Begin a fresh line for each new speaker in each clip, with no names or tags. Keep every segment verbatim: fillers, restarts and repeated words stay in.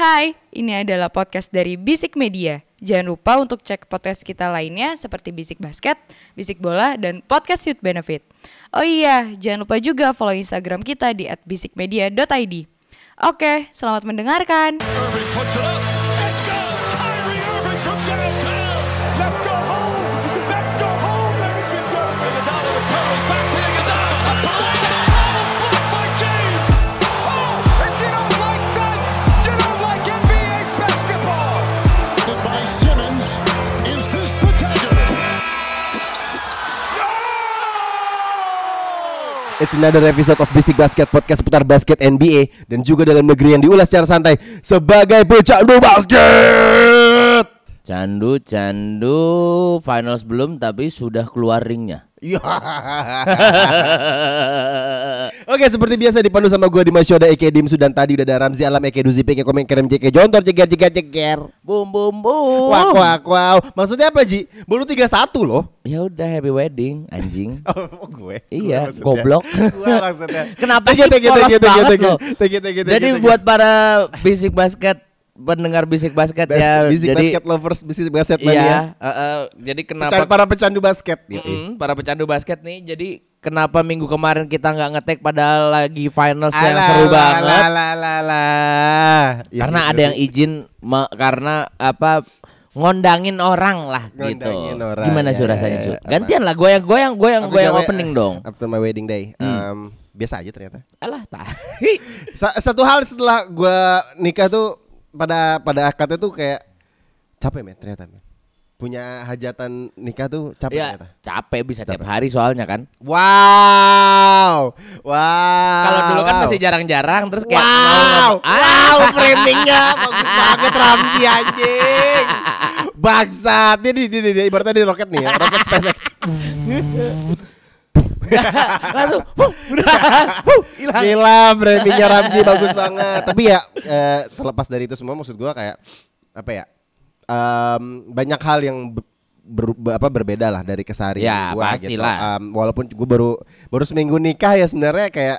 Hai, ini adalah podcast dari Bisik Media. Jangan lupa untuk cek podcast kita lainnya seperti Bisik Basket, Bisik Bola, dan Podcast Youth Benefit. Oh iya, jangan lupa juga follow Instagram kita di at bisikmedia dot i d. Oke, selamat mendengarkan.
It's another episode of Bisik Basket, podcast seputar basket N B A dan juga dalam negeri yang diulas secara santai sebagai pecandu basket.
Candu, candu, finals belum tapi sudah keluar ringnya.
Oke, seperti biasa dipandu sama gue Dimas Yoda Eke Dimsu, dan tadi udah ada Ramzi Alam Eke Duzi Eke Komen Kerem Jeke Jontor Ceger Ceger Ceger.
Bum bum bum.
Wak wak wow. Maksudnya apa, Ji? Baru tiga satu loh.
Ya udah, happy wedding anjing.
Oh, gue.
Iya,
maksudnya.
Goblok.
Gue maksudnya.
Kenapa
Thank you,
sih
thank you,
polos
thank you, thank you,
banget
thank you.
loh.
Thank you, thank you, thank
Jadi
you, thank you.
buat para Bisik Basket, pendengar Bisik Basket
Bas-
ya,
Bisik
jadi
Basket lovers, Bisik Basket
iya,
mania.
uh, uh, jadi kenapa
Pecan- para pecandu basket gitu.
Mm, para pecandu basket nih, jadi kenapa minggu kemarin kita nggak ngetek padahal lagi finals yang
Alah,
seru
lah,
banget?
lah, lah, lah, lah. Ya
Karena
sih,
ada
terus
yang izin me- karena apa ngondangin orang lah
Ngondangin
gitu.
orang,
Gimana
ya,
sih rasanya
ya,
Su?
ya.
Gantian lah, goyang goyang goyang
After
goyang
my-
opening dong.
After my wedding day.
Hmm.
um, Biasa aja ternyata.
Alah tah.
Sa- Satu hal setelah gue nikah tuh, pada pada akadnya tuh kayak capek men ternyata men. Punya hajatan nikah tuh capek
Ya
ternyata.
capek bisa tiap
Capek.
hari soalnya kan.
Wow. Wow.
Kalau dulu kan
wow.
masih jarang-jarang terus kayak
Wow.
mau- Ah.
Wow, framingnya bagus banget Ramzi anjing. Bangsat. Dia di, di, di, di ibaratnya di roket nih ya, roket SpaceX.
langsung huh, udah huh, hilang.
Gila, framingnya Ramzi bagus banget. Tapi ya eh, terlepas dari itu semua, maksud gua kayak apa ya? Em, banyak hal yang be- ber, be- apa berbeda lah dari keseharian
Ya,
gua
pastilah.
gitu. Em, walaupun gua baru baru seminggu nikah ya, sebenarnya kayak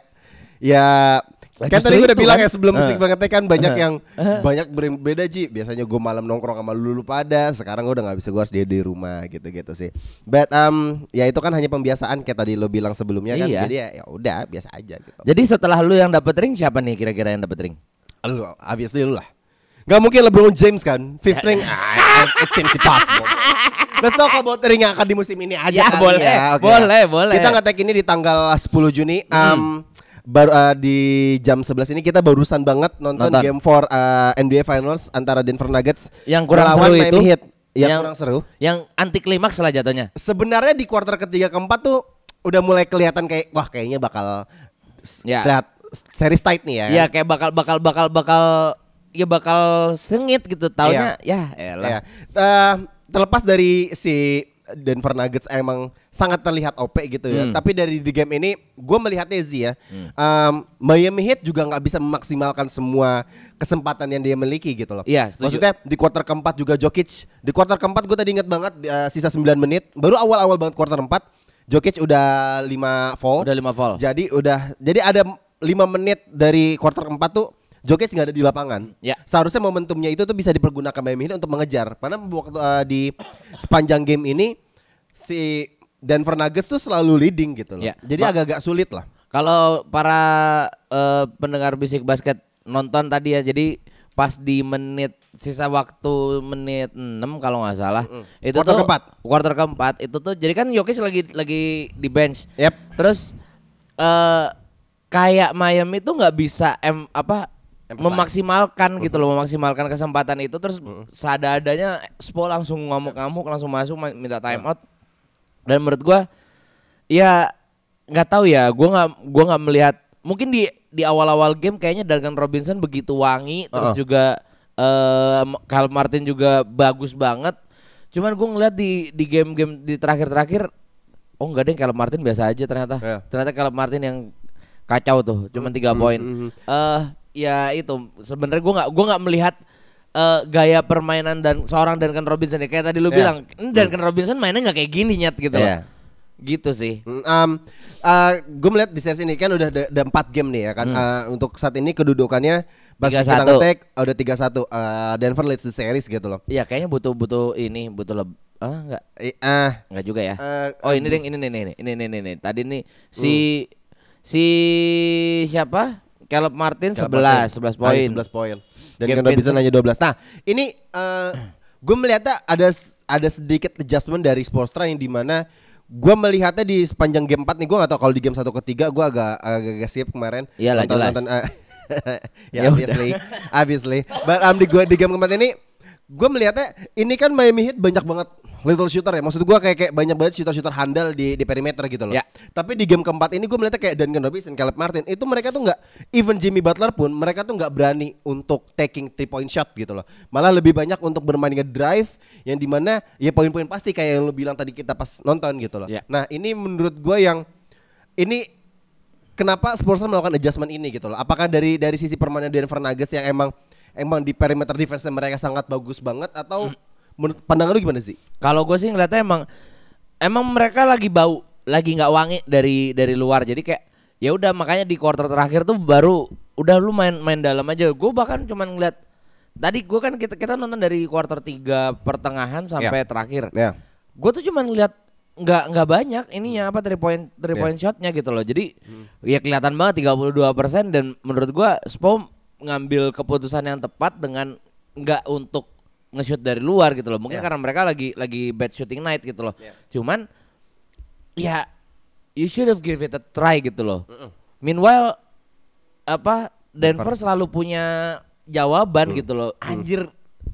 ya kan
Justru
tadi gue udah
itu
bilang
kan.
ya sebelum musik
Uh.
banget kan banyak
Uh.
yang
Uh.
banyak berbeda Ji. Biasanya gue malam nongkrong sama lulu pada, sekarang gue udah nggak bisa, gue harus di di rumah gitu-gitu sih. But um, ya itu kan hanya pembiasaan kayak tadi lo bilang sebelumnya kan.
Iya.
Jadi ya ya udah biasa aja gitu.
Jadi setelah lu yang dapet ring, siapa nih kira-kira yang dapet ring?
Lu obviously lu lah. Gak mungkin LeBron James kan. Fifth ring. Ah, it seems impossible. Let's talk about ring yang akan di musim ini aja
Ya,
kali
boleh,
ya. Oke.
boleh, boleh.
Kita ngetek ini di tanggal sepuluh Juni. Um, baru uh, di jam sebelas ini kita barusan banget nonton,
Nonton.
game four uh, N B A Finals antara Denver Nuggets
Yang kurang
melawan
seru
Miami
itu,
Heat. Yang,
yang-
kurang seru.
Yang anti klimaks lah jatuhnya.
Sebenarnya di kuarter ketiga keempat tuh udah mulai kelihatan kayak wah kayaknya bakal s-
Ya.
lihat series tight nih ya.
Iya,
kan?
kayak bakal bakal bakal bakal ya bakal sengit gitu taunya. Ya, elah.
Ya. Eh, terlepas dari si Denver Nuggets emang sangat terlihat O P gitu ya.
Hmm.
Tapi dari di game ini gue melihatnya Zi ya, um, Miami Heat juga nggak bisa memaksimalkan semua kesempatan yang dia miliki gitu loh.
Iya, setuju.
Maksudnya di kuarter keempat juga Jokic. Di kuarter keempat gue tadi inget banget uh, sisa sembilan menit. Baru awal-awal banget kuarter empat, Jokic udah lima foul.
Udah lima foul.
Jadi udah jadi ada lima menit dari kuarter keempat tuh Jokic nggak ada di lapangan.
Ya.
Seharusnya momentumnya itu tuh bisa dipergunakan Miami Heat untuk mengejar. Karena waktu uh, di sepanjang game ini si Denver Nuggets tuh selalu leading gitu loh.
Ya.
Jadi
Ma-
agak-agak sulit lah.
Kalau para eh, pendengar Bisik Basket nonton tadi ya, jadi pas di menit sisa waktu menit enam kalau nggak salah, itu
Quarter
tuh
keempat.
quarter keempat itu tuh jadi kan Jokic lagi lagi di bench.
Yep.
Terus eh kayak Miami tuh nggak bisa em apa
Emphasize.
memaksimalkan gitu loh, memaksimalkan kesempatan itu. Terus seadanya Spo langsung ngamuk-ngamuk, langsung masuk ma- minta time out. Dan menurut gua ya nggak tahu ya, gua nggak gua nggak melihat, mungkin di di awal-awal game kayaknya Duncan Robinson begitu wangi, terus
Uh-uh.
juga eh Kyle Martin juga bagus banget. Cuman gua ngeliat di di game-game di terakhir-terakhir, oh enggak deh, Kyle Martin biasa aja ternyata.
Yeah.
Ternyata Kyle Martin yang kacau tuh, cuman tiga poin. Eh ya itu sebenarnya gua nggak gua nggak melihat eh, gaya permainan dan seorang Duncan Robinson ya, kayak tadi lu
Yeah.
bilang, ini Duncan Robinson mainnya nggak kayak gini nyet gitu loh.
Yeah.
Gitu sih.
Um, uh, gue melihat di series ini kan udah ada, ada empat game nih ya kan.
Hmm.
Uh, untuk saat ini kedudukannya Pas
tiga
kita
satu.
ngetek udah tiga satu. Uh, Denver leads the series gitu loh.
Iya, kayaknya butuh butuh ini, butuh leb ah enggak.
Eh, ah,
Enggak juga ya.
uh,
Oh, ini deng ini nih nih ini nih nih nih. Tadi nih si si siapa? Caleb Martin sebelas sebelas poin.
sebelas poin. Dan
Gabe
Ken Robinson
Vincent.
hanya dua belas. Nah, ini uh, gue melihatnya ada ada sedikit adjustment dari Spoelstra yang dimana gue melihatnya di sepanjang game empat nih. Gue gak tahu kalau di game satu ke tiga gue agak agak, agak siap kemarin.
Iyalah,
Nonton-
jelas.
nonton, uh, ya
Ya
obviously, obviously. But um, di gue di game keempat ini gue melihatnya ini kan Miami Heat banyak banget little shooter ya. Maksud gue kayak kayak banyak banget shooter-shooter handal di di perimeter gitu loh.
Ya.
Tapi di game keempat ini gue melihatnya kayak Duncan Robinson, Caleb Martin itu mereka tuh nggak, even Jimmy Butler pun mereka tuh nggak berani untuk taking three point shot gitu loh. Malah lebih banyak untuk bermain nge-drive yang dimana ya poin-poin pasti kayak yang lu bilang tadi kita pas nonton gitu loh.
Ya.
Nah ini menurut gue yang ini kenapa Spurs melakukan adjustment ini gitu loh. Apakah dari dari sisi permainan Denver Nuggets yang emang emang di perimeter defense mereka sangat bagus banget atau menurut pandangan lu gimana sih?
Kalau gue sih ngeliatnya emang emang mereka lagi bau, lagi nggak wangi dari dari luar. Jadi kayak ya udah makanya di quarter terakhir tuh baru udah lu main main dalam aja. Gue bahkan cuman ngeliat tadi gue kan kita kita nonton dari quarter tiga pertengahan sampai
Ya.
terakhir.
Ya.
Gue tuh cuman ngeliat nggak nggak banyak ininya apa three point three
Ya.
point shotnya gitu loh. Jadi ya kelihatan banget tiga puluh dua persen dan menurut gue Spo ngambil keputusan yang tepat dengan nggak untuk nge-shoot dari luar gitu loh. Mungkin
Yeah.
karena mereka lagi lagi bad shooting night gitu loh.
Yeah.
Cuman ya you should have give it a try gitu loh. Mm-mm. Meanwhile apa Denver, Denver selalu punya jawaban mm. gitu loh. Anjir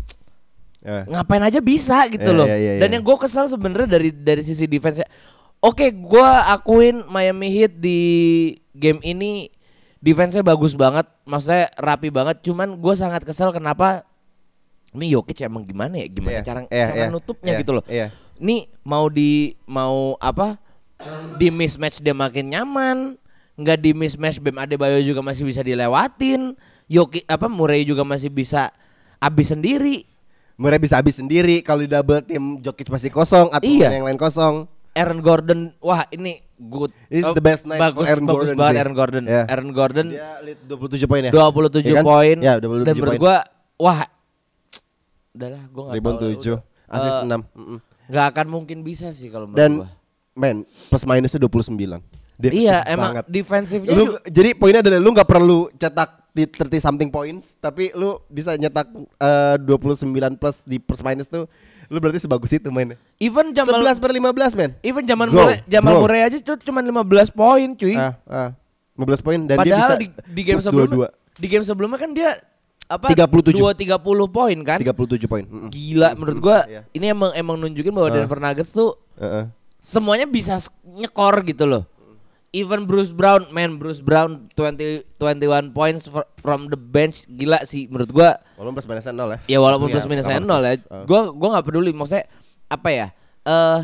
Yeah.
ngapain aja bisa gitu
Yeah,
loh.
yeah, yeah,
Dan
yeah.
yang gue kesal sebenarnya dari dari sisi defense. Oke, gue akuin Miami Heat di game ini defense-nya bagus banget, maksudnya rapi banget. Cuman gue sangat kesal kenapa ini Jokic emang gimana ya, gimana
Yeah,
cara
yeah,
cara
yeah,
nutupnya
yeah,
gitu loh.
yeah.
Nih mau di mau apa di mismatch dia makin nyaman, nggak di mismatch Bam Adebayo juga masih bisa dilewatin. Jokic apa Murray juga masih bisa abis sendiri.
Murray bisa habis sendiri kalau di double tim Jokic masih kosong atau
Iya.
yang lain kosong.
Aaron Gordon, wah ini good.
This is
Oh,
the best night
bagus,
for Aaron
bagus
Gordon
banget
sih.
Aaron Gordon.
Yeah.
Aaron Gordon
Dia lead dua puluh tujuh poin ya.
dua puluh tujuh
Ya kan?
poin.
Ya, dua puluh tujuh
dan menurut
poin.
gua wah udahlah gua enggak
Rebound
tahu.
tujuh,
udah.
assist
Eh,
enam.
nggak akan mungkin bisa sih kalau menurut
Dan
gua.
men, plus minusnya dua puluh sembilan. Defensif
Iya, emang
banget.
defensifnya
Lu,
juga-
jadi poinnya adalah lu nggak perlu cetak di thirty something points, tapi lu bisa nyetak eh, dua puluh sembilan plus di plus minus tuh, lu berarti sebagus itu mainnya.
even Jamal
sebelas per lima belas men.
even Jamal
Go,
Murray Jamal
bro.
Murray aja cu- cuma lima belas poin cuy.
Ah, ah, lima belas poin dan dia
Padahal
bisa
di, di game
plus
sebelumnya
dua
di game sebelumnya kan dia apa
tiga puluh tujuh.
dua tiga puluh poin kan.
tiga puluh tujuh poin. Mm-mm.
Gila menurut gua
Iya.
ini emang emang nunjukin bahwa
Ah.
Denver Nuggets tuh
Heeh.
semuanya bisa s- nyekor gitu loh. Even Bruce Brown, man Bruce Brown twenty, twenty-one points for, from the bench, gila sih menurut gua.
Walaupun plus minusnya nol ya.
Ya walaupun
Iya,
plus minusnya
cover
nol
sih.
ya.
Ah.
Gua gua nggak peduli maksudnya apa ya? Eh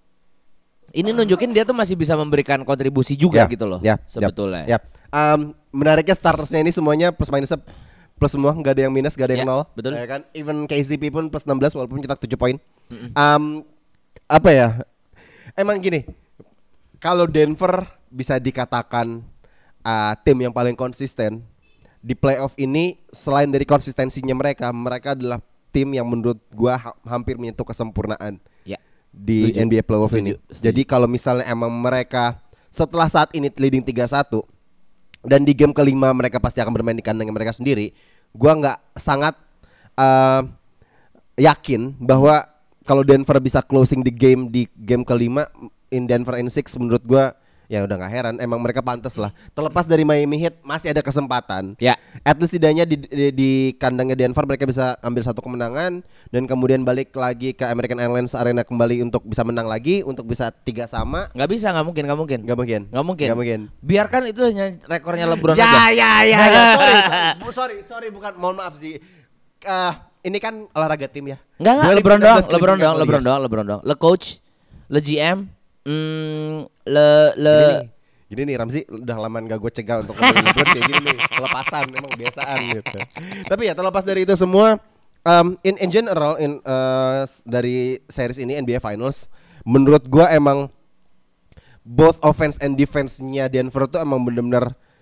ini nunjukin dia tuh masih bisa memberikan kontribusi juga
Ya,
gitu loh.
ya,
sebetulnya.
Ya. Um, menariknya startersnya ini semuanya plus minusnya plus semua, nggak ada yang minus, nggak ada yang
Ya,
nol.
betul.
Ya kan? Even K C P pun plus enam belas walaupun cetak tujuh poin. Um, apa ya? Emang gini, kalau Denver bisa dikatakan uh, tim yang paling konsisten di playoff ini, selain dari konsistensinya mereka, mereka adalah tim yang menurut gua ha- hampir menyentuh kesempurnaan
Ya.
di
Setuju.
N B A playoff
Setuju,
ini.
setuju.
Jadi kalau misalnya emang mereka setelah saat ini leading tiga satu dan di game kelima mereka pasti akan bermain di kandangnya mereka sendiri, gua nggak sangat uh, yakin bahwa kalau Denver bisa closing the game di game kelima in Denver in six, menurut gua ya udah nggak heran, emang mereka pantas lah. Terlepas dari Miami Heat masih ada kesempatan.
Ya.
At least setidaknya di, di, di kandangnya Denver mereka bisa ambil satu kemenangan dan kemudian balik lagi ke American Airlines Arena kembali untuk bisa menang lagi, untuk bisa tiga sama.
Nggak bisa, nggak mungkin, nggak mungkin.
Nggak mungkin.
Nggak mungkin.
Nggak mungkin.
Biarkan itu hanya rekornya LeBron
Ya
aja.
ya ya ya. Sorry, sorry, sorry, sorry, bukan. Mohon maaf sih. Uh, ini kan olahraga tim ya.
Enggak enggak
dua ribu
LeBron
enam
doang,
belas
LeBron
Cleveland
doang, LeBron
Cavaliers.
doang, LeBron doang. Le coach, le G M, mm, le le
Gini nih, gini nih Ramzi udah lama gak gue cegah untuk ngomongin LeBron kayak gini nih, kelepasan emang kebiasaan gitu. Tapi ya terlepas dari itu semua, um, in in general in uh, dari series ini N B A Finals, menurut gue emang both offense and defense-nya Denver tuh emang benar-benar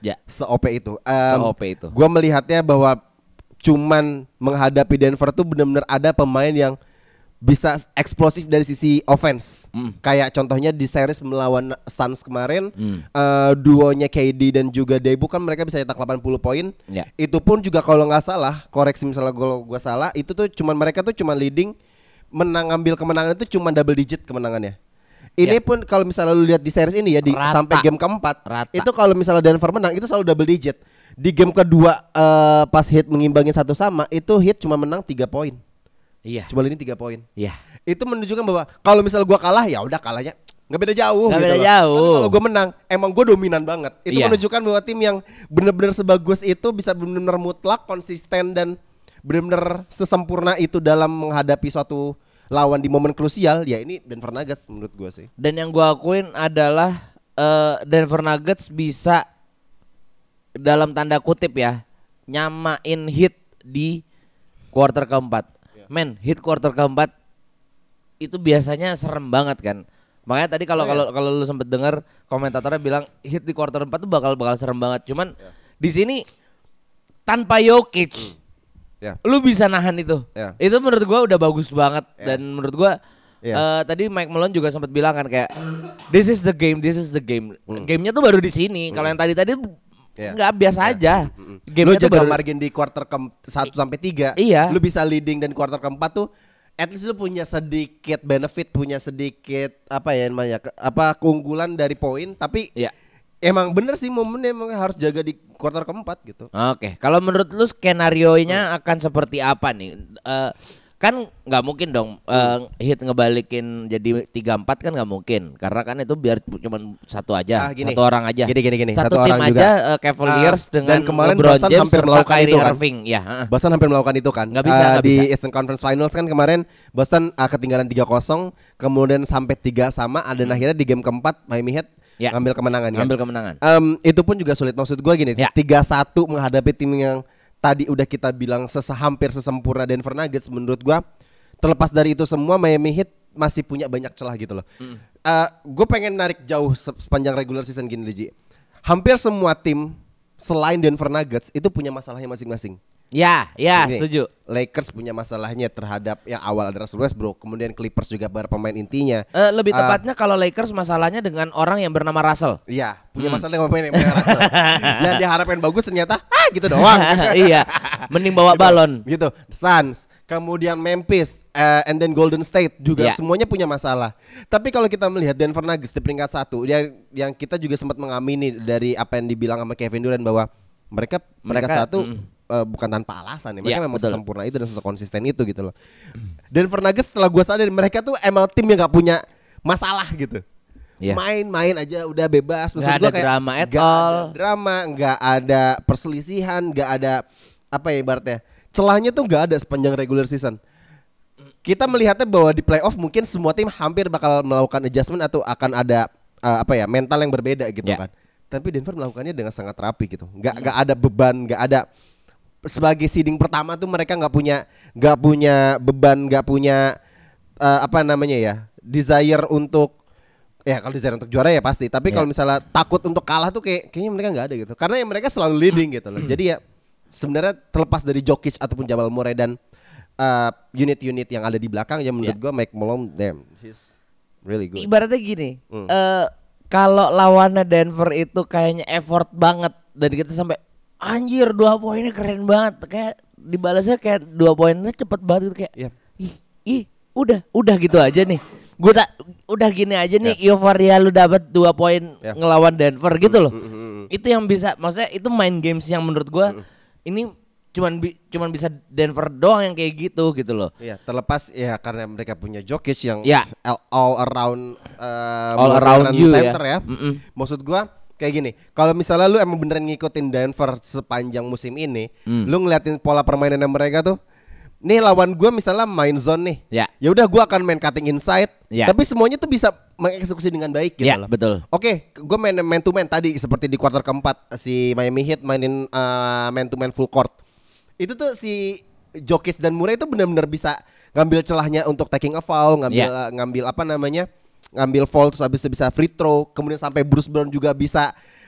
Ya.
Se-O P itu. Um,
Se-O P itu.
Gua melihatnya bahwa cuman menghadapi Denver tuh benar-benar ada pemain yang bisa eksplosif dari sisi offense.
Mm.
Kayak contohnya di series melawan Suns kemarin,
Mm.
uh, duonya K D dan juga Debo kan mereka bisa cetak delapan puluh poin.
Ya.
Itu pun juga kalau nggak salah, koreksi misalnya kalau gua salah, itu tuh cuman mereka tuh cuman leading, menang ngambil kemenangan itu cuma double digit kemenangannya. Ini
Ya.
pun kalau misalnya lu lihat di series ini ya di
Rata.
sampai game keempat,
Rata.
itu kalau misalnya Denver menang itu selalu double digit. Di game kedua uh, pas Heat mengimbangin satu sama, itu Heat cuma menang tiga poin.
Iya.
Cuma leading tiga poin.
Iya.
Itu menunjukkan bahwa kalau misalnya gua kalah ya udah kalahnya nggak beda jauh
Nggak
gitu
beda
loh.
jauh.
Tapi kalau gua menang emang gua dominan banget. Itu
Iya.
menunjukkan bahwa tim yang benar-benar sebagus itu bisa benar-benar mutlak, konsisten dan benar-benar sesempurna itu dalam menghadapi suatu lawan di momen krusial. Ya ini Denver Nuggets menurut gua sih.
Dan yang gua akuin adalah eh, Denver Nuggets bisa dalam tanda kutip ya nyamain Heat di quarter keempat. Men, Heat quarter keempat itu biasanya serem banget kan. Makanya tadi kalau
Oh,
kalau
iya.
kalau lu sempet dengar komentatornya bilang Heat di quarter empat tuh bakal bakal serem banget. Cuman di sini tanpa Jokic
Ya.
lu bisa nahan itu.
Ya.
Itu menurut gua udah bagus banget.
Ya.
Dan menurut gua
Ya.
eh, tadi Mike Malone juga sempat bilang kan kayak this is the game, this is the game. Gamenya tuh baru di sini. Kalau yang tadi-tadi
Ya.
nggak biasa aja.
Lu
Gamenya tuh
jaga
baru
margin di quarter ke satu sampai tiga.
Iya.
Lu bisa leading dan quarter keempat tuh at least lu punya sedikit benefit, punya sedikit apa ya namanya ke- apa keunggulan dari poin, tapi
Iya.
emang bener sih momennya emang harus jaga di quarter keempat gitu.
Oke, kalau menurut lu skenario-nya akan seperti apa nih? Eh, kan nggak mungkin dong eh, Heat ngebalikin jadi tiga empat kan nggak mungkin karena kan itu biar cuma satu aja,
Ah, gini.
satu orang aja.
Gini, gini, gini.
Satu,
Satu
tim
orang juga.
aja eh, Cavaliers
Ah,
dengan
dan kemarin
LeBron
Boston
James
hampir
serta
melakukan
Kyrie
itu kan.
Irving. Ya, heeh.
Boston hampir melakukan itu kan.
Nggak bisa,
Ah,
nggak
di
bisa.
Eastern Conference Finals kan kemarin Boston ah, ketinggalan tiga kosong, kemudian sampai tiga sama dan akhirnya di game keempat Miami Heat
Ya.
ngambil kemenangan kan.
Ngambil kemenangan.
Em, itu pun juga sulit. Maksud gue gini,
Ya.
tiga satu menghadapi tim yang tadi udah kita bilang sesa hampir sesempurna Denver Nuggets, menurut gue terlepas dari itu semua Miami Heat masih punya banyak celah gitu loh.
Mm.
Gue pengen narik jauh se- sepanjang regular season gini Liji. Hampir semua tim selain Denver Nuggets itu punya masalahnya masing-masing.
Ya, ya,
Gini,
setuju.
Lakers punya masalahnya terhadap yang awal ada Russell Westbrook, kemudian Clippers juga bar pemain intinya.
Eh, lebih
Ah.
tepatnya kalau Lakers masalahnya dengan orang yang bernama Russell.
Iya, punya
Hmm.
masalah dengan pemain yang punya Russell. Yang diharapkan bagus ternyata ah gitu doang.
Iya, mending bawa
Gitu.
balon.
Gitu. Suns, kemudian Memphis, eh, and then Golden State juga
Ya.
semuanya punya masalah. Tapi kalau kita melihat Denver Nuggets di peringkat satu, yang yang kita juga sempat mengamini dari apa yang dibilang sama Kevin Durant bahwa mereka peringkat
Mereka,
satu
mm.
eh, bukan tanpa alasan ya. Mereka
Ya,
memang
betul.
sesempurna itu dan sekonsisten itu gitu loh. Denver Nuggets setelah gue sadar mereka tuh emang tim yang gak punya masalah gitu.
Iya.
Main-main aja udah bebas. Maksud
Nggak
gua
ada
kayak
drama at
nggak
all.
ada drama, nggak ada perselisihan, nggak ada apa ya ibaratnya. Celahnya tuh nggak ada sepanjang regular season. Kita melihatnya bahwa di playoff mungkin semua tim hampir bakal melakukan adjustment atau akan ada uh, apa ya mental yang berbeda gitu
Ya.
kan. Tapi Denver melakukannya dengan sangat rapi gitu. Nggak nggak ada beban, nggak ada sebagai seeding pertama tuh mereka nggak punya nggak punya beban, nggak punya uh, apa namanya ya desire untuk ya kalau desire untuk juara ya pasti. Tapi
Ya.
kalau misalnya takut untuk kalah tuh kayak kayaknya mereka nggak ada gitu. Karena yang mereka selalu leading gitu loh. Jadi ya sebenarnya terlepas dari Jokic ataupun Jamal Murray dan uh, unit-unit yang ada di belakang ya menurut
Ya.
gua Mike Malone damn he's really good.
Ibaratnya gini,
Hmm.
eh, kalau lawannya Denver itu kayaknya effort banget dan kita sampai anjir dua poinnya keren banget, kayak dibalasnya kayak dua poinnya cepet banget gitu kayak,
Iya.
ih, ih, udah, udah gitu aja nih. Gue tak, udah gini aja nih, euforia lu dapat dua poin
Ya.
ngelawan Denver gitu loh.
Mm, mm, mm, mm.
Itu yang bisa, maksudnya itu main games yang menurut gua ini cuman bi- cuman bisa Denver doang yang kayak gitu gitu loh.
Iya, terlepas ya karena mereka punya Jokic yang
Ya.
all, all around uh,
All around
modern
you ya.
center ya.
Mm-mm.
Maksud gua kayak gini, kalau misalnya lu emang beneran ngikutin Denver sepanjang musim ini,
Hmm.
lu ngeliatin pola permainan mereka tuh. Nih lawan gua misalnya main zone nih.
Ya.
Ya udah gua akan main cutting inside,
Ya.
tapi semuanya tuh bisa mengeksekusi dengan baik gitu
Ya,
loh.
betul.
Oke, gue main man to man tadi seperti di quarter keempat si Miami Heat mainin uh, man to man full court. Itu tuh si Jokic dan Murray itu benar-benar bisa ngambil celahnya untuk taking a foul, ngambil
Yeah.
uh, ngambil apa namanya? Ngambil foul terus habis itu bisa free throw, kemudian sampai Bruce Brown juga bisa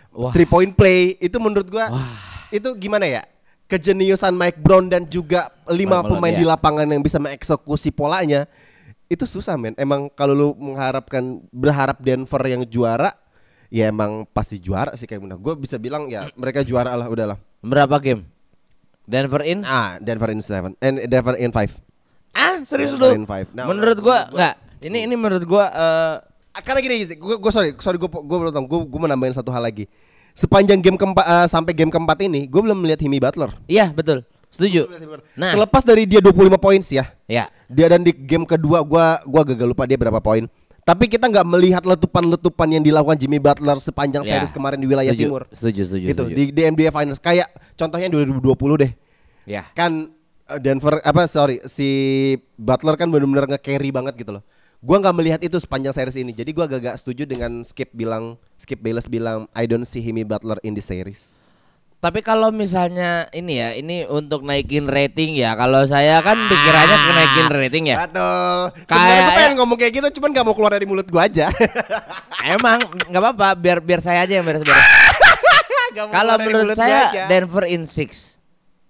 Wah.
three point play itu menurut gua itu gimana ya? Kejeniusan Mike Brown dan juga lima
Mike Brown,
pemain
ya.
di lapangan yang bisa mengeksekusi polanya. Itu susah men. Emang kalau lu mengharapkan berharap Denver yang juara, ya emang pasti juara sih kayak Gue bisa bilang ya mereka juara lah udahlah.
Berapa game? Denver in?
Ah, Denver in seven, and Denver in five.
Ah, serius
Denver
lu?
in five. Nah,
menurut gua enggak. Ini ini menurut gua eh
Ah, karena gini, gue gue sorry, sorry gue gue belum gue gue mau nambahin satu hal lagi. Sepanjang game keempat uh, sampai game keempat ini, gue belum melihat Jimmy Butler.
iya, betul. Setuju. Nah,
Terlepas dari dia dua puluh lima poin sih ya.
ya.
Dia dan di game kedua gua gua gagal lupa dia berapa poin. Tapi kita nggak melihat letupan-letupan yang dilakukan Jimmy Butler sepanjang
Ya.
series kemarin di wilayah
Setuju,
timur.
Setuju, setuju,
Gitu
setuju.
di, di N B A Finals kayak contohnya dua ribu dua puluh deh.
Ya.
Kan uh, Denver apa sorry si Butler kan benar-benar nge-carry banget gitu loh. Gua nggak melihat itu sepanjang series ini. Jadi gua agak setuju dengan Skip bilang Skip Bayless bilang I don't see Jimmy Butler in the series.
Tapi kalau misalnya ini ya, ini untuk naikin rating ya. Kalau saya kan pikirannya ke naikin rating ya.
Betul. Sebenarnya
Kayak-
gue pengen ngomong kayak gitu cuman gak mau keluar dari mulut gua aja.
Emang nggak apa-apa, biar biar saya aja yang beres-beres.
Gak mau
Kalau
keluar dari
menurut
mulut gua
saya
aja.
Denver in six.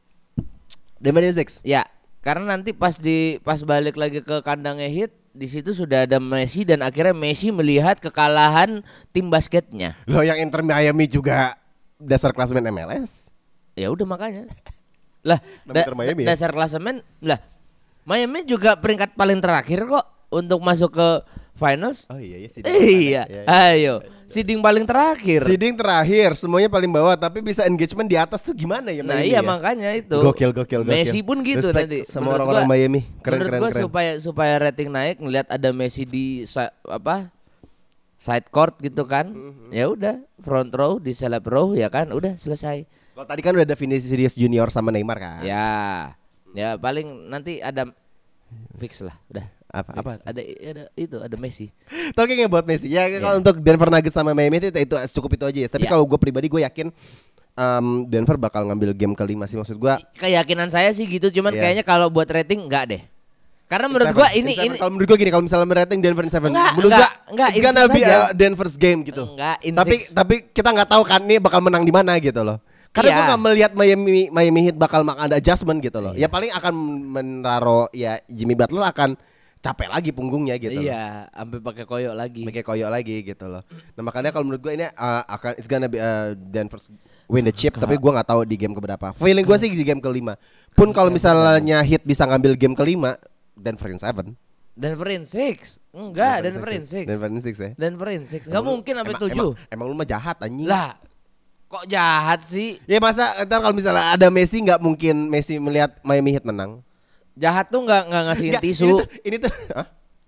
Denver in six.
Ya, karena nanti pas di pas balik lagi ke kandangnya Heat, di situ sudah ada Messi dan akhirnya Messi melihat kekalahan tim basketnya.
Lo yang Inter Miami juga dasar klasemen M L S.
Ya udah makanya. Lah,
Nama
da-
Inter Miami
da-
ya?
dasar klasemen lah. Miami juga peringkat paling terakhir kok untuk masuk ke finals.
Oh iya iya
Iya, ayo. Seeding paling terakhir.
Seeding terakhir, semuanya paling bawah tapi bisa engagement di atas tuh gimana ya
Nah
Miami
iya
ya?
makanya itu.
Gokil, gokil, gokil.
Messi pun gitu
Respect
nanti.
sama
Menurut
orang-orang
gua-
Miami. Keren,
menurut
keren,
gua
keren.
supaya supaya rating naik ngelihat ada Messi di sa- apa side court gitu kan.
Mm-hmm.
Ya udah front row di celeb row ya kan udah selesai.
Kalau tadi kan udah ada Vinicius Junior sama Neymar kan?
Ya. Ya paling nanti ada fix lah udah.
Apa
Fix.
apa?
Ada ada itu ada Messi.
Talking about Messi. Ya
Iya.
kalau untuk Denver Nuggets sama Miami itu, itu cukup itu aja ya. Tapi
Iya.
kalau gue pribadi gue yakin um, Denver bakal ngambil game kelima sih maksud gue.
Keyakinan saya sih gitu cuman
Iya.
kayaknya kalau buat rating enggak deh. Karena menurut gua ini ini
kalau menurut gue gini, kalau misalnya rating Denver in seven,
Enggak,
menurut
enggak,
gue
enggak,
it's
in
gonna
six
be
aja.
a Denver's game gitu.
Enggak, in
tapi
six.
tapi kita nggak tahu kan nih bakal menang di mana gitu loh. Karena
Iya.
gue nggak melihat Miami Miami Heat bakal makan ada adjustment gitu loh. Ya paling akan menaro ya Jimmy Butler akan capek lagi punggungnya gitu. loh.
Iya, sampai pakai koyok lagi.
Pakai koyok lagi gitu loh. Nah makanya kalau menurut gue ini uh, akan it's gonna be uh, Denver's win the chip. Tapi gue nggak tahu di game keberapa. Feeling gue sih di game kelima. Pun kalau misalnya Heat bisa ngambil game kelima, Denver in seven.
Denver in six. Enggak, Denver in six.
Denver in six ya.
Denver in six. Enggak mungkin sampai
Emang-
tujuh.
Emang, emang lu mah jahat anjing.
Lah, kok jahat sih?
Ya masa ntar kalau misalnya ada Messi nggak mungkin Messi melihat Miami Heat menang.
Jahat tuh enggak enggak ngasihin
Nggak,
tisu.
Ini tuh, ini tuh Hah?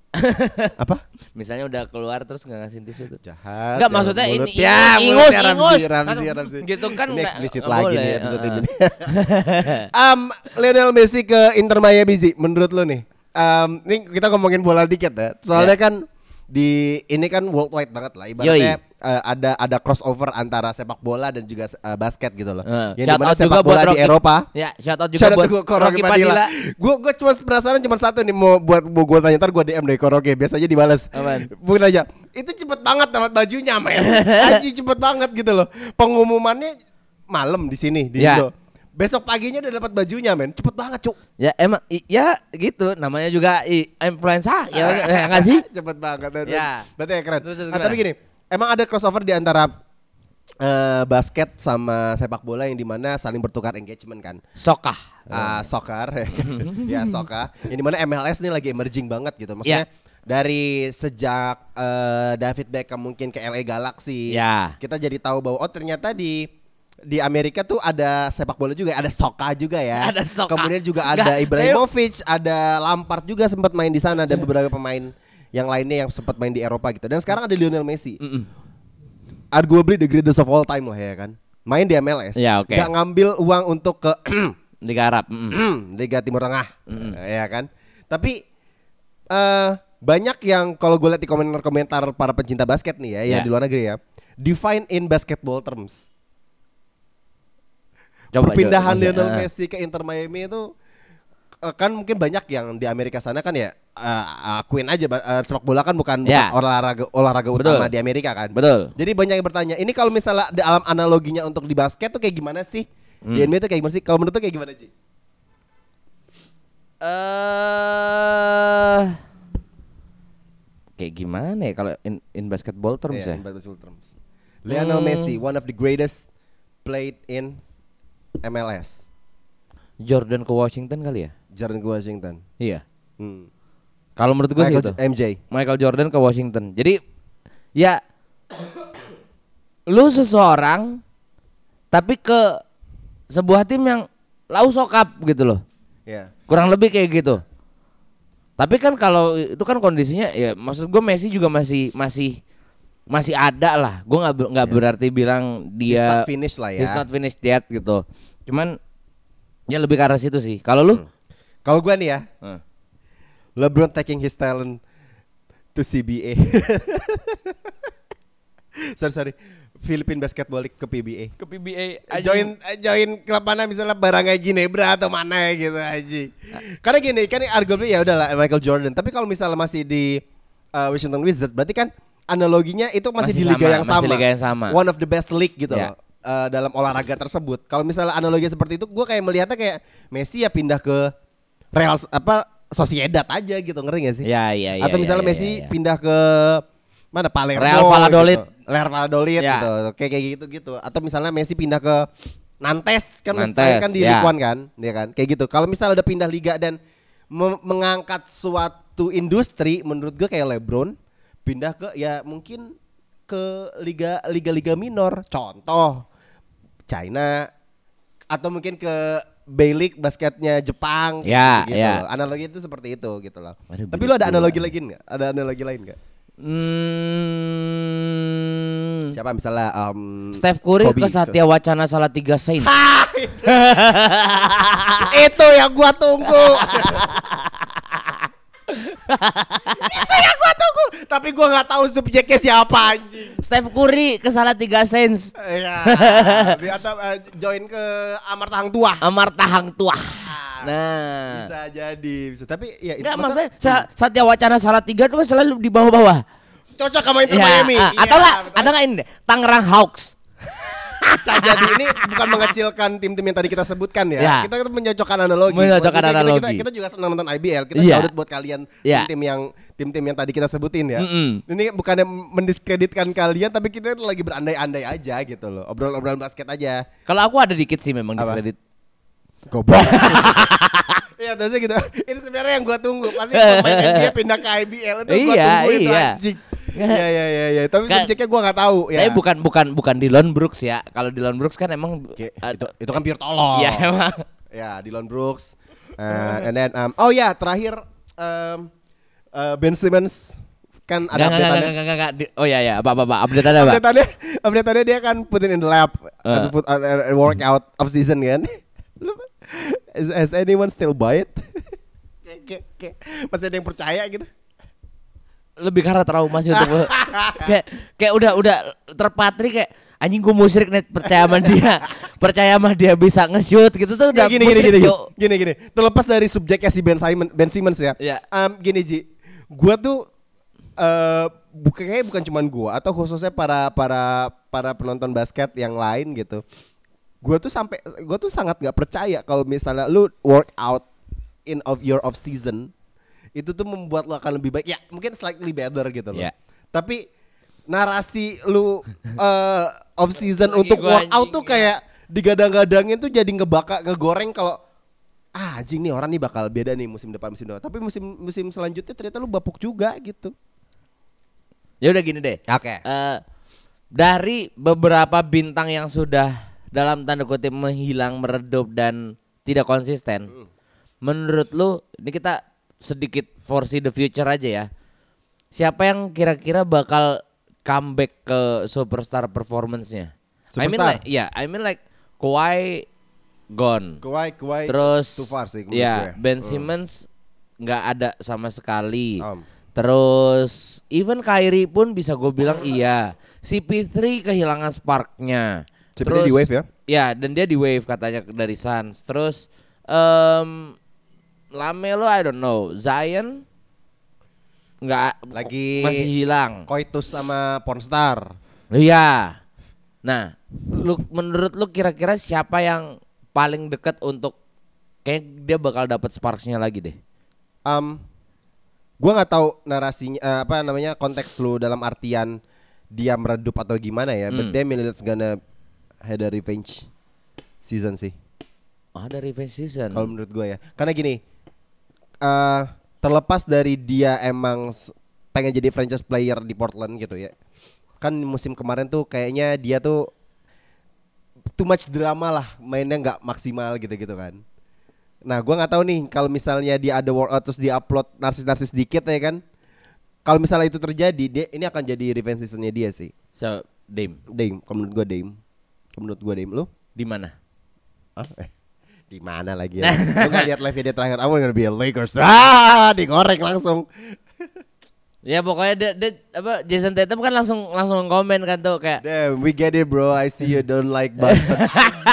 apa?
Misalnya udah keluar terus enggak ngasihin tisu tuh.
Jahat.
Enggak
jahat
maksudnya
mulut.
ini
Ya,
ingus,
mulutnya Ramzi,
ingus.
Ramzi,
Aduh,
Ramzi.
gitu kan
Ini
nggak-
eksplisit
nggak
lagi
boleh,
nih episode
uh-uh.
ini. um, Lionel Messi ke Inter Miami sih menurut lu nih. Um, ini kita ngomongin bola dikit ya. Soalnya
Ya.
kan di ini kan worldwide banget lah ibaratnya uh, ada ada crossover antara sepak bola dan juga uh, basket gitu loh.
Uh,
Yang
shout
dimana
out
sepak
juga buat
bola di
Rocky.
Eropa.
Ya, shout out juga
Shout out
buat
to Rocky
Rocky
Padilla.
Padilla.
Gue gue cuma penasaran cuma satu nih mau buat mau gue tanya ntar gue D M deh ke Rocky biasanya dibalas.
Apaan?
Bukan aja. Itu cepet banget dapat bajunya men. Aji cepet banget gitu loh. Pengumumannya malam di sini di
Ya.
Indo. Besok paginya udah dapat bajunya men. Cepet banget cuk.
Ya emang i- ya gitu namanya juga i- influenza ya ya enggak sih?
Cepet banget.
Ya.
Berarti ya keren.
Terus, terus
Ah,
gimana?
tapi gini, emang ada crossover di antara eh, basket sama sepak bola yang dimana saling bertukar engagement kan.
Sokah.
uh, soccer ya soccer yang dimana M L S nih lagi emerging banget gitu maksudnya dari sejak uh, David Beckham mungkin ke L A Galaxy
Ya.
kita jadi tahu bahwa oh ternyata di di Amerika tuh ada sepak bola juga ada soccer juga ya
Ada soccer.
kemudian juga
Nggak,
ada Ibrahimovic ada Lampard juga sempat main di sana dan beberapa pemain yang lainnya yang sempat main di Eropa gitu dan sekarang ada Lionel Messi
Mm-mm.
arguably the greatest of all time lah ya kan main di M L S
Ya, oke.
nggak ngambil uang untuk ke
Liga Arab. mm-mm.
Liga Timur Tengah, ya kan. Tapi eh banyak yang kalau gue lihat di komentar-komentar para pencinta basket nih ya, yang
Ya.
di luar negeri ya, define in basketball terms.
Coba,
Perpindahan
coba,
Lionel
ah.
Messi ke Inter Miami itu uh, kan mungkin banyak yang di Amerika sana kan ya uh, akuin aja uh, sepak bola kan bukan,
Ya.
bukan olahraga olahraga
Betul.
utama di Amerika kan.
Betul.
Jadi banyak yang bertanya, ini kalau misalnya dalam analoginya untuk di basket tuh kayak gimana sih?
Hmm.
Di N B A tuh kayak gimana sih? Kalau menurut tuh kayak gimana Ji?
Eh kayak gimana ya kalau in, in basketball terms
Yeah,
ya?
in basketball terms. Lionel
Hmm.
Messi, one of the greatest played in M L S.
Jordan ke Washington kali ya?
Jordan ke Washington.
Iya.
Hmm.
Kalau menurut gue sih
Michael
itu.
J- M J.
Michael Jordan ke Washington. Jadi ya lu seseorang tapi ke sebuah tim yang lau sokap gitu loh.
Ya.
Kurang lebih kayak gitu. Tapi kan kalau itu kan kondisinya ya maksud gue Messi juga masih masih masih ada lah. Gue nggak nggak
Ya.
berarti bilang
He's
dia
not finished lah ya.
he's not finished yet gitu. Cuman ya lebih ke arah situ sih. Kalau lu?
Kalau gua nih ya,
Hmm.
LeBron taking his talent to C B A. sorry sorry, Philippine Basketball League ke P B A.
Ke P B A
Join eh, join klub mana misalnya Barangay Ginebra atau mana gitu aja. Karena gini kan arguably ya udahlah Michael Jordan. Tapi kalau misalnya masih di uh, Washington Wizards berarti kan analoginya itu masih,
Masih
di liga
sama,
yang
masih
sama.
liga yang sama.
One of the best league gitu
Ya.
loh. Uh, dalam olahraga tersebut. Kalau misalnya analogi seperti itu, gue kayak melihatnya kayak Messi ya pindah ke Real apa Sociedad aja gitu, ngerti gak sih?
Ya, ya, ya,
Atau
ya,
misalnya
ya,
Messi
ya, ya.
pindah ke mana Palermo,
Real Valladolid.
gitu. Real Valladolid
Ya.
gitu, kayak kayak gitu gitu. Atau misalnya Messi pindah ke Nantes kan,
Nantes,
mustahil kan di
ya.
Ligue one kan, ya kan, kayak gitu. Kalau misalnya udah pindah liga dan me- mengangkat suatu industri, menurut gue kayak LeBron pindah ke ya mungkin ke liga liga liga minor, contoh China atau mungkin ke B-League basketnya Jepang gitu,
Ya,
gitu
ya.
loh. Analogi itu seperti itu gitu loh.
Aduh,
Tapi lu ada
begitu.
analogi lagi nggak? Ada analogi lain nggak?
Hmm,
Siapa misalnya um,
Steph Curry
Kobe.
ke Satya Wacana Salatiga Saints.
Itu yang gua tunggu. Itu yang gua tunggu. Tapi gua nggak tahu subjeknya siapa anjing.
Steph Curry ke Salatiga Saints.
Ya, atau uh, join ke Amarta Hang Tuah.
Amarta Hang Tuah.
Ah,
Nah,
bisa jadi, bisa. Tapi ya
enggak
masa-
maksudnya Sa- Satya Wacana Salatiga itu kan selalu di bawah-bawah.
cocok sama Inter
Ya,
Miami.
ah,
Iya,
atau enggak
betul.
ada enggak ini deh, Tangerang Hawks.
Bisa jadi ini bukan mengecilkan tim-tim yang tadi kita sebutkan ya.
Ya.
Kita tuh menyocokkan analogi.
Menyocokkan
Kita- kita-
analogi.
Kita, kita juga senang nonton I B L. Kita
Iya.
salut buat kalian
Iya.
tim-tim yang tim-tim yang tadi kita sebutin ya.
Mm-mm.
Ini bukannya mendiskreditkan kalian, tapi kita tuh lagi berandai-andai aja gitu loh. Obrolan-obrolan basket aja.
Kalau aku ada dikit sih memang
Apa?
diskredit.
Goblok. Iya terusnya gitu. Ini sebenarnya yang gua tunggu. Pasti pemain N B A pindah ke I B L itu gua
Iya,
tunggu itu
iya.
anjing. Iya iya iya iya. Tapi
Kan-
subjeknya gua nggak tahu ya.
Tapi bukan bukan bukan Dillon Brooks ya. Kalau Dillon Brooks kan emang
Oke,
uh,
itu, itu kan pure tolol.
Iya emang.
Ya, Dillon Brooks. Uh, and then um, oh ya, terakhir um, uh, Ben Simmons kan ada
Enggak enggak
update-annya.
enggak enggak enggak. Di- Oh iya ya, apa apa apa update ada, Pak?
Update-annya, update-annya dia kan put it in the lab
Uh.
at the foot, uh, uh, workout of season kan. Lu- Has, has anyone still buy it? Kayak- kayak- kayak masih ada yang percaya gitu.
Lebih karena trauma sih untuk kayak kayak udah udah terpatri kayak anjing gue musyrik net percaya sama dia. Percaya sama dia bisa nge-shoot gitu tuh udah
Ya, gini, gini,
musyrik,
gini, gini,
Cuk.
gini, gini. Terlepas dari subjeknya si Ben Simon, Ben Simmons ya.
Iya.
Um, gini Ji, gua tuh eh bukan kayaknya bukan cuman gua atau khususnya para para para penonton basket yang lain gitu. Gua tuh sampai gua tuh sangat nggak percaya kalau misalnya lu workout in of your off season itu tuh membuat lo akan lebih baik. Ya, mungkin slightly better gitu loh.
Iya.
Tapi narasi lu eh off season
Lagi
untuk
gua
workout
anjing,
tuh kayak digadang-gadangin tuh jadi ngebakar ngegoreng kalau ah anjing nih orang nih bakal beda nih musim depan musim depan. Tapi musim musim selanjutnya ternyata lu bapuk juga gitu.
Ya udah gini deh.
Oke.
Eh, dari beberapa bintang yang sudah dalam tanda kutip menghilang, meredup dan tidak konsisten. Menurut lu, ini kita sedikit foresee the future aja ya. Siapa yang kira-kira bakal comeback ke superstar performance-nya? I mean
Superstar?
like, ya, I mean like Kawhi gone.
Kawhi Kawhi
Terus
too far sih menurut
ya
gue.
Ben
Hmm.
Simmons nggak ada sama sekali.
Um.
Terus even Kyrie pun bisa gue bilang iya. C P tiga kehilangan sparknya.
C P tiga di wave ya?
Ya dan dia di wave katanya dari Suns. Terus em, Lamelo I don't know. Zion nggak
Lagi
masih hilang.
Koitus sama pornstar.
Iya. Nah, lu menurut lu kira-kira siapa yang paling dekat untuk kayak dia bakal dapat sparks-nya lagi deh?
Um, gua nggak tahu narasinya eh, apa namanya konteks lu dalam artian dia meredup atau gimana ya.
Hmm.
But Damian Lillard's gonna had a revenge season sih.
Ada revenge season.
Kalau menurut gua ya. Karena gini, eh terlepas dari dia emang s- pengen jadi franchise player di Portland gitu ya. Kan musim kemarin tuh kayaknya dia tuh too much drama lah, mainnya nggak maksimal gitu-gitu kan. Nah, gua nggak tahu nih kalau misalnya dia ada workout terus dia upload narsis-narsis dikit ya kan. Kalau misalnya itu terjadi, dia ini akan jadi revenge seasonnya dia sih.
So, Dame
Dame, kalau menurut gua Dame. Kalau menurut gua Dame lu?
di mana?
Ah, eh. Di mana lagi ya? Lu nggak lihat live dia terakhir? I'm gonna be a Lakers. Ah, digoreng langsung.
Ya pokoknya dia, dia apa Jason Tatum kan langsung langsung komen kan tuh kayak
Damn, we get it bro. I see you don't like Boston.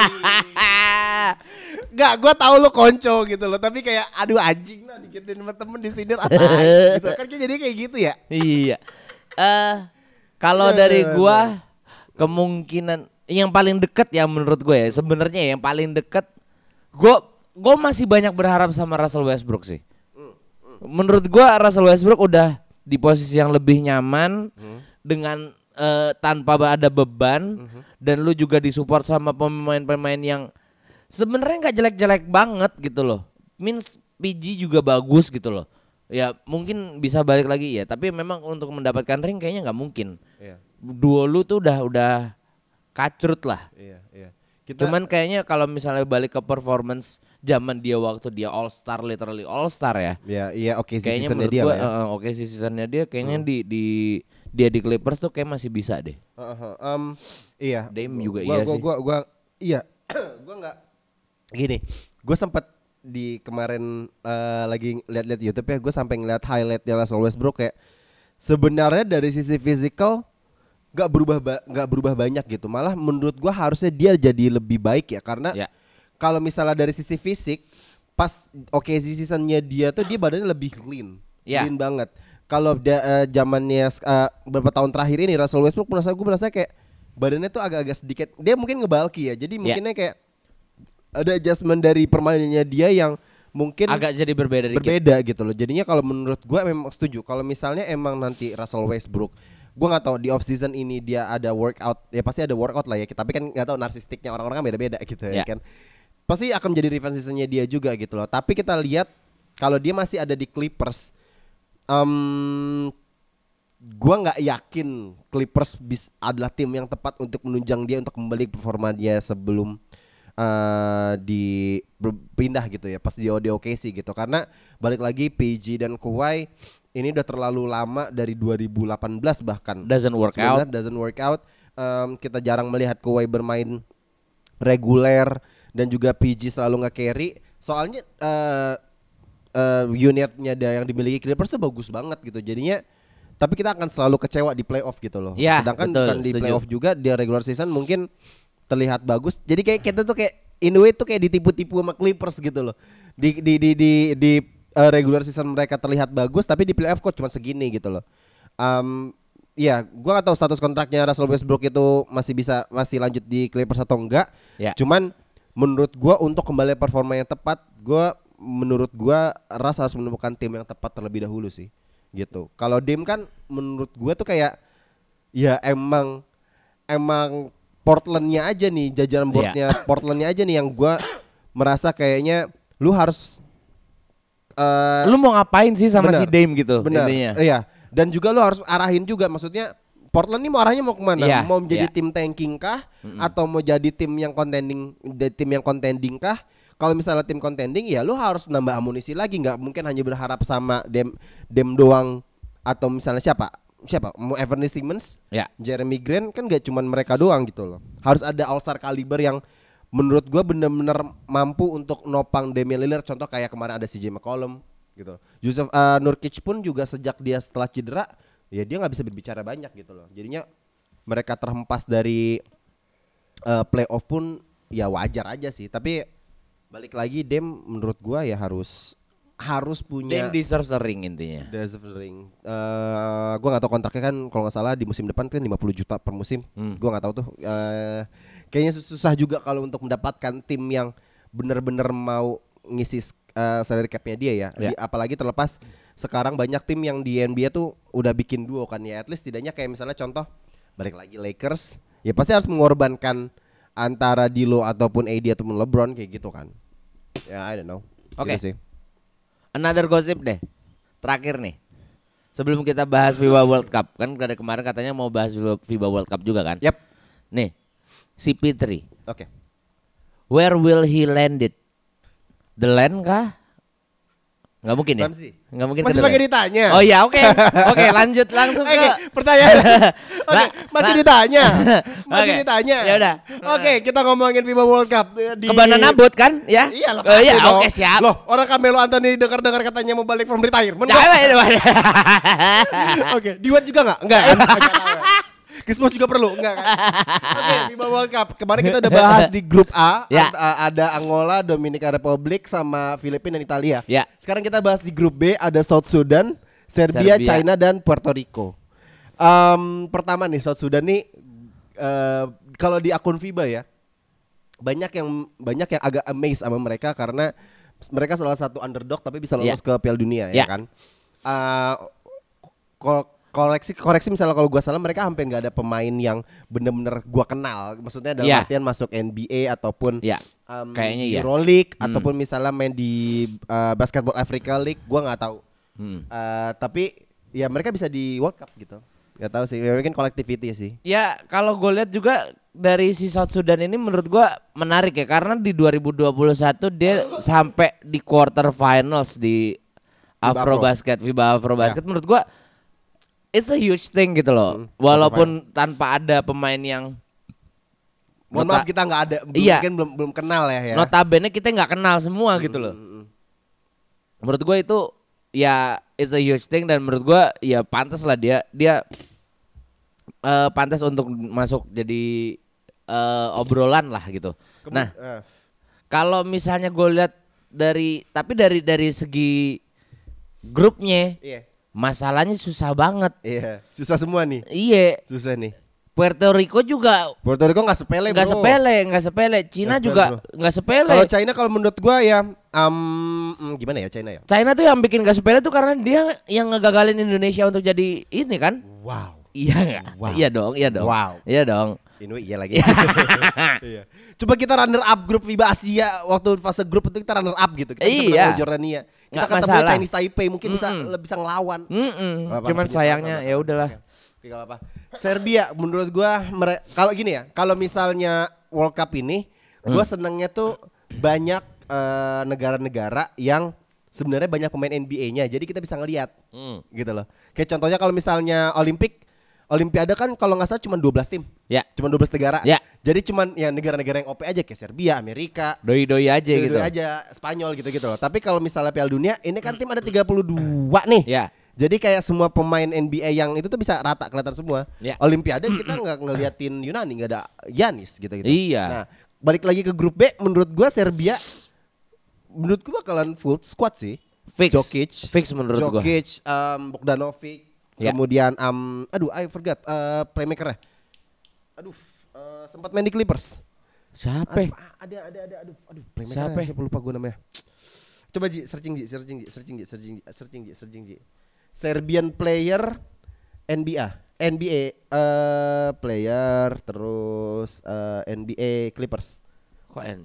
Gak, gue tahu lu konco gitu loh. Tapi kayak aduh anjing lah dikitin sama temen di sini apa gitu. Kan jadi kayak gitu ya.
iya. Eh kalau
Ya,
dari
ya,
gua kemungkinan yang paling deket ya menurut gue ya sebenarnya yang paling deket gua gua masih banyak berharap sama Russell Westbrook sih. Menurut gua Russell Westbrook udah di posisi yang lebih nyaman
Hmm.
dengan eh, tanpa ada beban
Mhm.
dan lu juga disupport sama pemain-pemain yang sebenarnya nggak jelek-jelek banget gitu loh. Means P G juga bagus gitu loh. Ya mungkin bisa balik lagi ya, tapi memang untuk mendapatkan ring kayaknya nggak mungkin.
Iya,
Duo lu tuh udah udah kacrut lah.
iya, iya. Kita
Cuman kayaknya kalau misalnya balik ke performance zaman dia waktu dia All Star, literally All Star ya.
ya iya oke sih
Kayaknya
seasonnya
menurut
dia
gua
lah ya.
eh, eh, oke sih seasonnya dia kayaknya di di dia di Clippers tuh kayak masih bisa deh.
Uh, uh, um, iya.
Dame juga
gua,
iya
gua,
sih.
Gua, gua, iya. Gua nggak gini. Gue sempet di kemarin eh, lagi lihat-lihat YouTube ya. Gue sampai ngeliat highlightnya Russell Westbrook kayak sebenarnya dari sisi physical nggak berubah ba- nggak berubah banyak gitu. Malah menurut gue harusnya dia jadi lebih baik ya karena
Ya.
kalau misalnya dari sisi fisik pas oke seasonnya dia tuh dia badannya lebih clean,
Ya.
clean banget. Kalau dia eh, zamannya eh, beberapa tahun terakhir ini Russell Westbrook merasa gue merasa kayak badannya tuh agak-agak sedikit dia mungkin ngebalki ya. Jadi mungkinnya kayak ada adjustment dari permainannya dia yang mungkin
Agak jadi berbeda dikit.
berbeda gitu loh. Jadinya kalau menurut gue memang setuju. Kalau misalnya emang nanti Russell Westbrook, gue nggak tahu di off season ini dia ada workout, ya pasti ada workout lah ya. Tapi kan nggak tahu narsistiknya orang-orang kan beda-beda gitu ya
Ya.
kan. Pasti akan menjadi revenge seasonnya dia juga gitu loh. Tapi kita lihat kalau dia masih ada di Clippers, um, gua nggak yakin Clippers bis, adalah tim yang tepat untuk menunjang dia untuk kembali performa dia sebelum uh, di berpindah gitu ya pas di O K C gitu karena balik lagi P G dan Kawhi ini udah terlalu lama dari dua ribu delapan belas bahkan
Doesn't work
Sebenarnya
out.
doesn't work out. Um, kita jarang melihat Kawhi bermain reguler dan juga P G selalu nge-carry soalnya uh, uh, unitnya dia yang dimiliki Clippers tuh bagus banget gitu jadinya tapi kita akan selalu kecewa di playoff gitu loh.
Ya,
Sedangkan
betul,
bukan di
setuju.
playoff juga dia regular season mungkin terlihat bagus. Jadi kayak kita tuh kayak in a way tuh kayak ditipu-tipu sama Clippers gitu loh. Di di di di, di uh, regular season mereka terlihat bagus tapi di playoff kok cuma segini gitu loh. Um, Iya, gua gak tahu status kontraknya Russell Westbrook itu masih bisa masih lanjut di Clippers atau enggak.
Ya.
Cuman menurut gua untuk kembali performa yang tepat, gua menurut gua Russ harus menemukan tim yang tepat terlebih dahulu sih. Gitu. Kalau Dame kan menurut gua tuh kayak ya emang emang Portlandnya aja nih jajaran boardnya Portlandnya aja nih yang gua merasa kayaknya lu harus eh,
Lu mau ngapain sih sama
benar,
si Dame gitu
benar,
intinya?
iya. Dan juga lu harus arahin juga, maksudnya Portland ini mau arahnya mau kemana?
Iya,
Mau menjadi
iya.
tim tanking kah? Atau mau jadi tim yang contending, de- tim yang contending kah? Kalau misalnya tim contending, ya lu harus nambah amunisi lagi, nggak mungkin hanya berharap sama Dem Dem doang atau misalnya siapa? Siapa? Mau Anthony Simmons,
Ya.
Jeremy Grant kan gak cuman mereka doang gitu loh. Harus ada all star caliber yang menurut gua bener-bener mampu untuk nopang Damian Lillard. Contoh kayak kemarin ada C J McCollum gitu. Yusuf uh, Nurkic pun juga sejak dia setelah cedera, ya dia nggak bisa berbicara banyak gitu loh. Jadinya mereka terhempas dari uh, playoff pun ya wajar aja sih. Tapi balik lagi Dem menurut gua ya harus harus
They
punya
deserve a ring intinya.
deserve a ring. Uh, gue nggak tahu kontraknya kan kalau nggak salah di musim depan kan lima puluh juta per musim.
Hmm.
Gue nggak tahu tuh. Uh, kayaknya susah juga kalau untuk mendapatkan tim yang benar-benar mau ngisi uh, salary cap-nya dia ya.
Ya.
Di, apalagi terlepas sekarang banyak tim yang di N B A tuh udah bikin duo kan ya. At least tidaknya kayak misalnya contoh balik lagi Lakers, ya pasti harus mengorbankan antara D'Lo ataupun A D ataupun LeBron kayak gitu kan. Ya I don't know.
Oke.
Gitu sih.
Another gosip deh. Terakhir nih. Sebelum kita bahas FIBA World Cup, kan dari kemarin katanya mau bahas FIBA World Cup juga kan?
Yep.
Nih, C P three.
Oke.
Where will he land it? The land kah? Nggak mungkin ya?
Ramzi.
Nggak mungkin.
Masih
ke The
pakai
Land.
ditanya.
Oh iya, oke. Oke, lanjut langsung ke
Oke, pertanyaan. Oke,
Lah,
masih
lah.
ditanya. Masih
Oke.
ditanya.
Ya udah.
Oke, kita ngomongin FIBA World Cup di
ke Banana Boat kan? Ya?
Iya lah.
Oh, iya,
pasti dong.
oke siap.
Loh, orang Carmelo Anthony dengar-dengar katanya mau balik from retirement.
Jangan,
kok.
jangan, jangan.
Oke, Diwat juga enggak? Enggak kan? Enggak tahu ya. Christmas juga perlu, enggak kan? Oke, FIBA World Cup. Kemarin kita udah bahas di grup A,
Ya.
Ad- ada Angola, Dominican Republic sama Filipina dan Italia.
Ya.
Sekarang kita bahas di grup B, ada South Sudan, Serbia,
Serbia.
China dan Puerto Rico. Um, pertama nih South Sudan nih uh, kalau di akun FIBA ya banyak yang banyak yang agak amazed sama mereka karena mereka salah satu underdog tapi bisa lolos
Ya.
ke Piala Dunia
Ya.
ya kan. Uh, ko- koreksi koreksi misalnya kalau gua salah mereka hampir nggak ada pemain yang bener-bener gua kenal. Maksudnya dalam
Ya.
artian masuk N B A ataupun
Ya.
um,
Kayaknya iya.
Euroleague
Hmm.
ataupun misalnya main di uh, Basketball Africa League, gua nggak tahu.
Hmm.
Uh, tapi ya mereka bisa di World Cup gitu. Gak tahu sih, mungkin collectivity sih.
Ya kalau gue lihat juga dari si South Sudan ini menurut gue menarik ya karena di dua ribu dua puluh satu dia sampai di quarter finals di Afro
Afro.
Basket, FIBA Afro Basket menurut gue it's a huge thing gitu loh.
Hmm,
Walaupun tanpa ada pemain yang
Mohon
nota-
maaf kita nggak ada, belum,
Iya.
mungkin belum belum kenal ya. ya.
notabene kita nggak kenal semua gitu loh.
Mm, mm,
Menurut gue itu ya it's a huge thing dan menurut gue ya pantas lah dia dia eh, pantas untuk masuk jadi eh, obrolan lah gitu.
Kemu-
Nah
eh,
kalau misalnya gue lihat dari tapi dari dari segi grupnya
iya,
masalahnya susah banget.
iya, susah semua nih,
Iya,
susah nih.
Puerto Rico juga
Puerto Rico nggak sepele,
nggak
bro.
sepele, nggak sepele. Cina
Nggak
juga
sepele,
nggak sepele.
Kalau China kalau menurut gua ya, um, mm, gimana ya China ya?
China tuh yang bikin nggak sepele tuh karena dia yang ngegagalin Indonesia untuk jadi ini kan?
Wow,
Iya nggak?
Wow.
Iya dong, iya dong.
Wow.
Iya dong.
ini iya lagi. Iya. Coba kita runner up grup FIBA Asia waktu fase grup itu kita runner up gitu. Kita bisa
Iya.
menang Jordania. Kita
Nggak
ketemu
masalah.
Chinese Taipei mungkin bisa
Mm-mm.
lebih bisa ngelawan.
Mm-mm.
Apa,
Cuman
penyesalan
sayangnya
sama.
ya udahlah.
Oke, gak apa-apa. Serbia menurut gua mere- kalau gini ya, kalau misalnya World Cup ini, gua
Hmm.
senengnya tuh banyak eh, negara-negara yang sebenarnya banyak pemain N B A-nya. Jadi kita bisa ngelihat
Hmm.
gitu loh. Kayak contohnya kalau misalnya Olimpik, Olimpiade kan kalau nggak salah cuma dua belas tim.
Ya.
Cuma dua belas negara.
Ya.
Jadi cuman ya negara-negara yang O P aja kayak Serbia, Amerika,
Doi-doi aja
Dua-dua
gitu.
aja Spanyol gitu-gitu loh. Tapi kalau misalnya Piala Dunia ini kan tim ada tiga puluh dua nih.
Ya.
Jadi kayak semua pemain N B A yang itu tuh bisa rata kelihatan semua.
Ya.
Olimpiade kita nggak ngeliatin Yunani, nggak ada Giannis gitu-gitu.
Iya.
Nah, balik lagi ke grup B, menurut gua Serbia menurut gua bakalan full squad sih.
Fix.
Jokic,
Fix menurut gua.
Jokic, um, Bogdanovic,
Ya.
kemudian um, aduh I forgot uh, playmaker-nya. Aduh, uh, sempat main di Clippers.
Siapa?
Aduh, ada ada ada aduh aduh playmaker
Siapa?
siapa lupa gue namanya. Coba Ji searching Ji searching Ji searching Ji searching Ji searching Ji searching Ji. Serbian player N B A N B A eh player terus eh, N B A Clippers.
Kok N?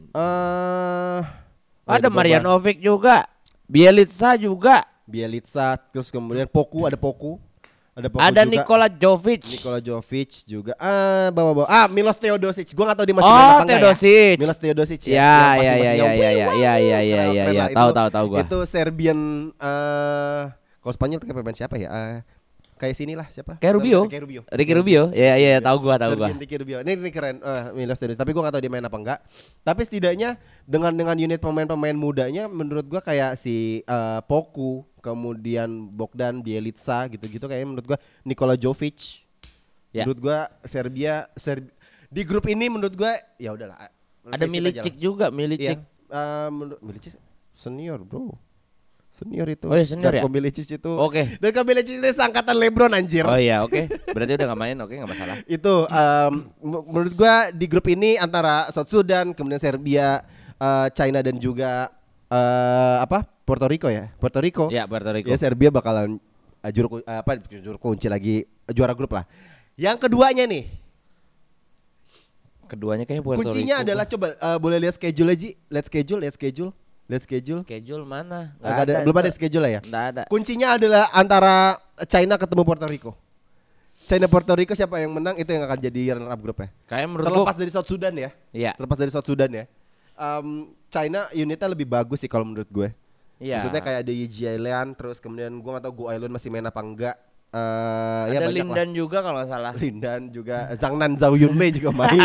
Eh
Ada Marjanovic juga. Bielitsa juga.
Bielitsa terus kemudian Poku ada Poku. Ada Poku
Ada
juga.
Nikola Jovic.
Nikola Jovic juga. Ah, bawa-bawa. Ah, Milos Teodosic. Gua enggak tahu dia masih
Oh,
main apa enggak
Teodosic.
ya. Milos Teodosic ya.
Ya,
Yang
ya,
masih-
ya,
masih
ya,
yang
ya, ya, ya, ya, ya,
keren
ya,
lah.
ya.
Itu-
Tahu, tahu, tahu gua.
Itu Serbian eh kalau Spanyol tuh kayak pemain siapa ya? Eh, kayak sinilah siapa?
Kayak Rubio.
Kayak Rubio.
Ricky Rubio. Ya, ya, tahu gua, tahu gua.
Serbian Ricky Rubio. Ini, ini keren. Eh, Milos Teodosic. Tapi gua enggak tahu dia main apa enggak. Tapi setidaknya dengan dengan unit pemain-pemain mudanya menurut gua kayak si eh, Poku, kemudian Bogdan, Bielitsa gitu-gitu kayaknya menurut gua Nikola Jovic.
Ya.
Menurut gua Serbia Serb di grup ini menurut gua ya udahlah.
Ada
face it aja
Milicic
lah.
juga,
Iya.
Milicic.
Eh, menurut Milicic senior, Bro. Senior itu.
Oh iya, senior ya?
Darko Milicic itu.
Oke.
Darko Milicic itu seangkatan LeBron anjir.
Oh iya, oke. Berarti udah gak main, oke gak masalah.
Itu um, m- menurut gua di grup ini antara South Sudan, kemudian Serbia, uh, China dan juga uh, apa? Puerto Rico ya. Puerto Rico.
Ya, Puerto Rico.
Ya Serbia bakalan uh, juru ku- uh, apa juru kunci lagi uh, juara grup lah. Yang keduanya nih.
Keduanya kayaknya Puerto
Kuncinya
Rico.
adalah coba uh, boleh lihat schedule aja. Let's schedule, let's schedule. Let's schedule.
Schedule mana?
Nggak ada, belum ada schedule ya?
Nggak ada.
Kuncinya adalah antara China ketemu Puerto Rico. China Puerto Rico siapa yang menang itu yang akan jadi runner up grup ya.
Kayak menurut
Terlepas
gua,
dari South Sudan ya.
Iya.
Terlepas dari South Sudan ya. Um, China unitnya lebih bagus sih kalau menurut gue.
Iya.
Maksudnya kayak ada Yeji Island, terus kemudian gue nggak tahu Go Island masih main apa enggak. Uh, ya
ada
banyak
Lindan
lah.
juga kalau nggak salah.
Lindan juga, Zhangnan Zhao Yunmei juga main.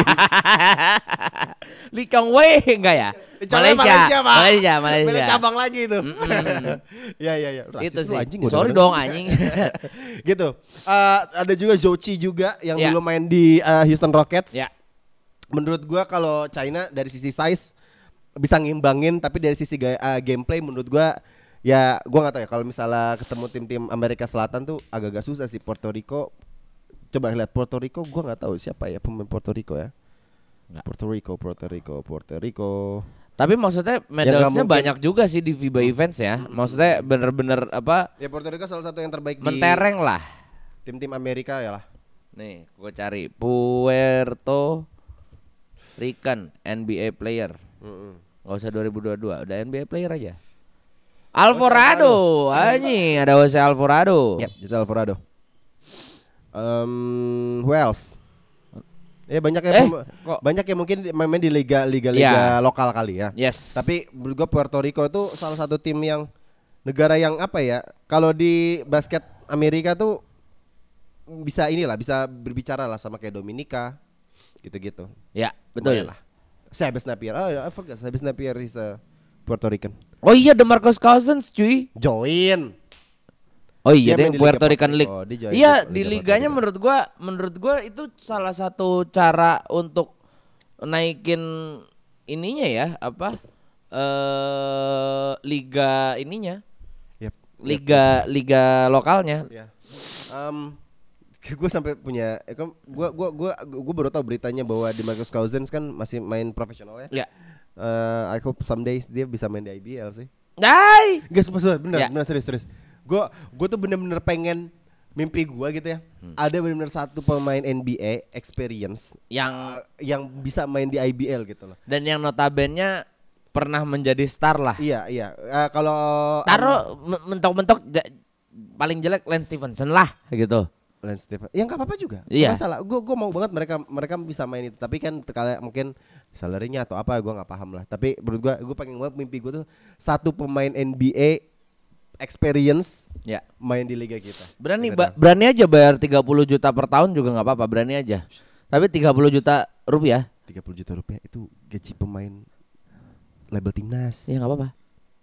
Lee Chong Wei enggak ya?
Malaysia, Malaysia, Pak.
Malaysia, Malaysia.
Beda cabang lagi itu.
Mm-mm.
Ya ya ya. Rasis
Itu
lu,
sih.
anjing, gua
Sorry
denger.
dong anjing.
Gitu. Uh, ada juga Zouchi juga yang
Ya.
dulu main di uh, Houston Rockets.
Ya.
Menurut gua kalau China dari sisi size bisa ngimbangin, tapi dari sisi gaya, uh, gameplay menurut gua ya gua nggak tahu ya kalau misalnya ketemu tim-tim Amerika Selatan tuh agak-agak susah sih. Puerto Rico. Coba lihat Puerto Rico, gua nggak tahu siapa ya pemain Puerto Rico ya.
Nggak.
Puerto Rico, Puerto Rico, Puerto Rico.
Tapi maksudnya
nggak
medalsnya
mungkin.
banyak juga sih di FIBA Events ya. Maksudnya bener-bener apa?
Ya Puerto Rico salah satu yang terbaik
Mentereng lah.
di tim-tim Amerika ya lah.
Nih, gue cari Puerto Rican N B A player.
Mm-mm.
Gak usah dua ribu dua puluh dua, udah N B A player aja. Alvarado, anjing, ada Jose Alvarado.
Yep, Jose Alvarado. Um, who else? Ya banyak yang
Eh,
pem-
kok-
banyak yang mungkin main di liga liga liga
Ya.
lokal kali ya.
Yes.
Tapi menurut gua Puerto Rico itu salah satu tim yang negara yang apa ya? Kalau di basket Amerika tuh bisa inilah, bisa berbicara lah sama kayak Dominika gitu-gitu.
ya, betul.
Lumayan lah. Sebastian Napier. Oh, I forgot Sebastian Napier is a Puerto Rican.
Oh iya, DeMarcus Cousins, cuy.
Join.
Oh iya,
Dia
deh
main di
Puerto
Liga
Rican
Puerto
League.
Rico, dia join
Iya,
di
di
Liga
liganya
Puerto Rico.
menurut gua, menurut gua itu salah satu cara untuk naikin ininya ya, apa? Eh liga ininya.
Yep.
Liga liga lokalnya.
Ya. Um, gue sampai punya, eh, kan gue gua gua gua baru tahu beritanya bahwa DeMarcus Cousins kan masih main profesional ya.
Ya.
Uh, I hope someday dia bisa main di I B L sih.
Hai.
Gak sumpah sumpah, bener,
Ya.
bener serius serius. Gue gue tuh bener-bener pengen mimpi gue gitu ya.
Hmm.
Ada bener-bener satu pemain N B A experience
Yang
uh, yang bisa main di I B L gitu loh.
dan yang notabene pernah menjadi star lah.
Iya iya. Uh, kalau
Taruh men- mentok-mentok ja- paling jelek Lance Stephenson lah gitu.
Lance Stephenson, ya nggak apa-apa juga,
Iya.
nggak masalah. Gue gue mau banget mereka mereka bisa main itu. Tapi kan kayak mungkin salary-nya atau apa, gue nggak paham lah. Tapi menurut gue, gue pengen banget mimpi gue tuh satu pemain N B A experience
Ya.
main di liga kita.
Berani
Gitu
ba-
dah.
berani aja bayar tiga puluh juta per tahun juga nggak apa-apa, berani aja. Tapi tiga puluh juta rupiah
tiga puluh juta rupiah itu gaji pemain label timnas.
ya nggak apa-apa.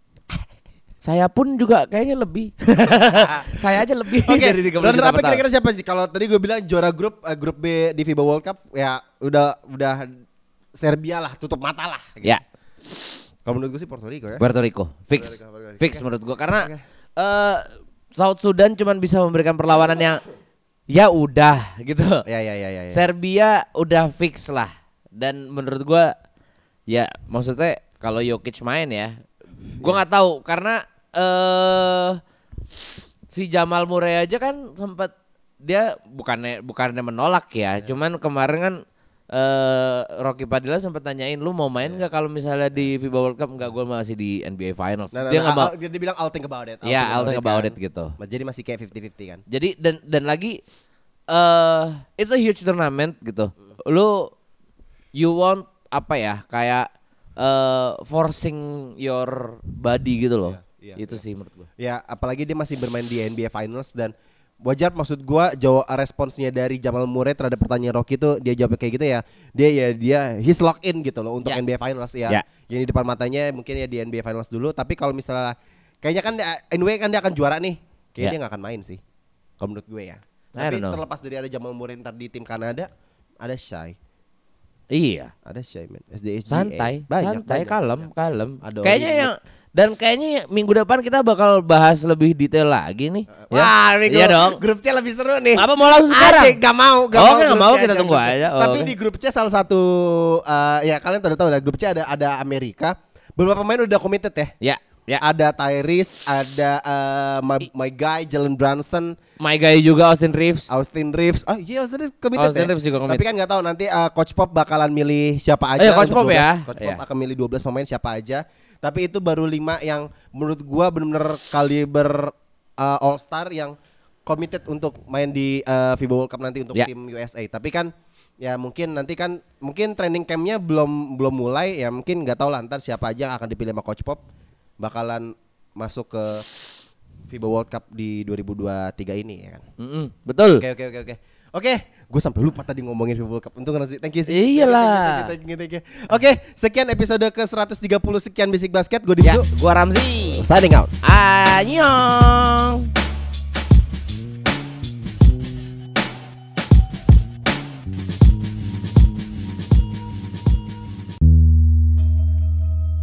Saya pun juga kayaknya lebih. Saya aja lebih
Oke,
dari tiga puluh
runner
juta
apa
per tahun.
kira-kira siapa sih? Kalau tadi gue bilang juara grup uh, grup B di FIBA World Cup ya udah udah Serbia lah, tutup mata lah. Gitu.
Ya,
Kalau menurut gue sih Puerto Rico ya.
Puerto Rico fix.
Puerto Rico, Puerto Rico.
Fix
Oke.
menurut gua karena
Oke.
eh, South Sudan cuman bisa memberikan perlawanan yang ya udah gitu.
Ya ya ya ya. ya.
Serbia udah fix lah. Dan menurut gua ya maksudnya kalau Jokic main ya, gua nggak tahu karena eh si Jamal Murray aja kan sempat dia bukannya bukannya menolak ya, cuman kemarin kan eh Rocky Padilla sempat tanyain lu mau main nggak kalau misalnya di FIBA World Cup, nggak, gue masih di N B A Finals.
Nah, nah,
dia
nah,
nggak mau.
I'll- dia bilang I'll think about it.
Ya, I'll think about
kan.
it gitu.
Jadi masih kayak fifty fifty kan.
Jadi dan dan lagi eh it's a huge tournament gitu. Lu you want apa ya kayak eh forcing your body gitu loh.
Iya, iya,
Itu
iya.
sih menurut gua.
Ya, apalagi dia masih bermain di N B A Finals dan wajar maksud gua jawab responsnya dari Jamal Murray terhadap pertanyaan Rocky itu dia jawab kayak gitu ya. Dia ya dia he's locked in gitu loh untuk
Ya.
N B A Finals ya.
Ya.
Yang di depan matanya mungkin ya di N B A Finals dulu, tapi kalau misalnya kayaknya kan dia- anyway kan dia akan juara nih. Kayaknya
Ya.
dia nggak akan main sih. Kalau menurut gue ya.
I
Tapi
don't know.
terlepas dari ada Jamal Murray ntar di tim Kanada, ada Shai,
Iya.
ada Shai man. S D S G A.
Santai,
Banyak,
santai,
banyak,
kalem,
banyak.
kalem.
Ada
Kayaknya
Oli
yang Dan kayaknya minggu depan kita bakal bahas lebih detail lagi nih.
Wah, minggu
Iya dong.
grup C lebih seru nih.
Apa mau langsung sekarang?
Aja, gak mau, gak
Oh,
mau.
nggak
grup
mau,
C
kita
aja,
tunggu
grup C.
aja. Oh,
Tapi
oke.
di grup C salah satu uh, ya kalian udah tahu lah grup C ada ada Amerika. Beberapa pemain udah committed ya.
Ya, ya.
Ada Tyrese, ada uh, my, my guy Jalen Brunson,
My guy juga Austin Reeves.
Austin Reeves. Oh iya Austin Reeves committed
Austin
ya.
Reeves juga committed.
Tapi kan nggak tahu nanti uh, Coach Pop bakalan milih siapa aja.
Oh, iya, Coach
untuk
Pop
dua belas.
ya.
Coach
Iya.
Pop akan milih dua belas pemain siapa aja. Tapi itu baru lima yang menurut gua benar-benar kaliber uh, All Star yang committed untuk main di uh, FIBA World Cup nanti untuk
Ya.
tim U S A. Tapi kan ya mungkin nanti kan mungkin training campnya belum belum mulai ya mungkin nggak tahu lah ntar siapa aja yang akan dipilih sama Coach Pop bakalan masuk ke FIBA World Cup di dua ribu dua puluh tiga ini ya kan.
Mm-mm, betul.
Oke oke oke oke. Oke, gue sampai lupa tadi ngomongin FIBA World Cup. Untung nanti thank you sih.
Iyalah.
Thank you, thank you, thank you, thank you. Oke, sekian episode ke seratus tiga puluh sekian Bisik Basket. Gue
Ya,
Dipsu.
gua Ramzi.
Signing out.
Annyeong.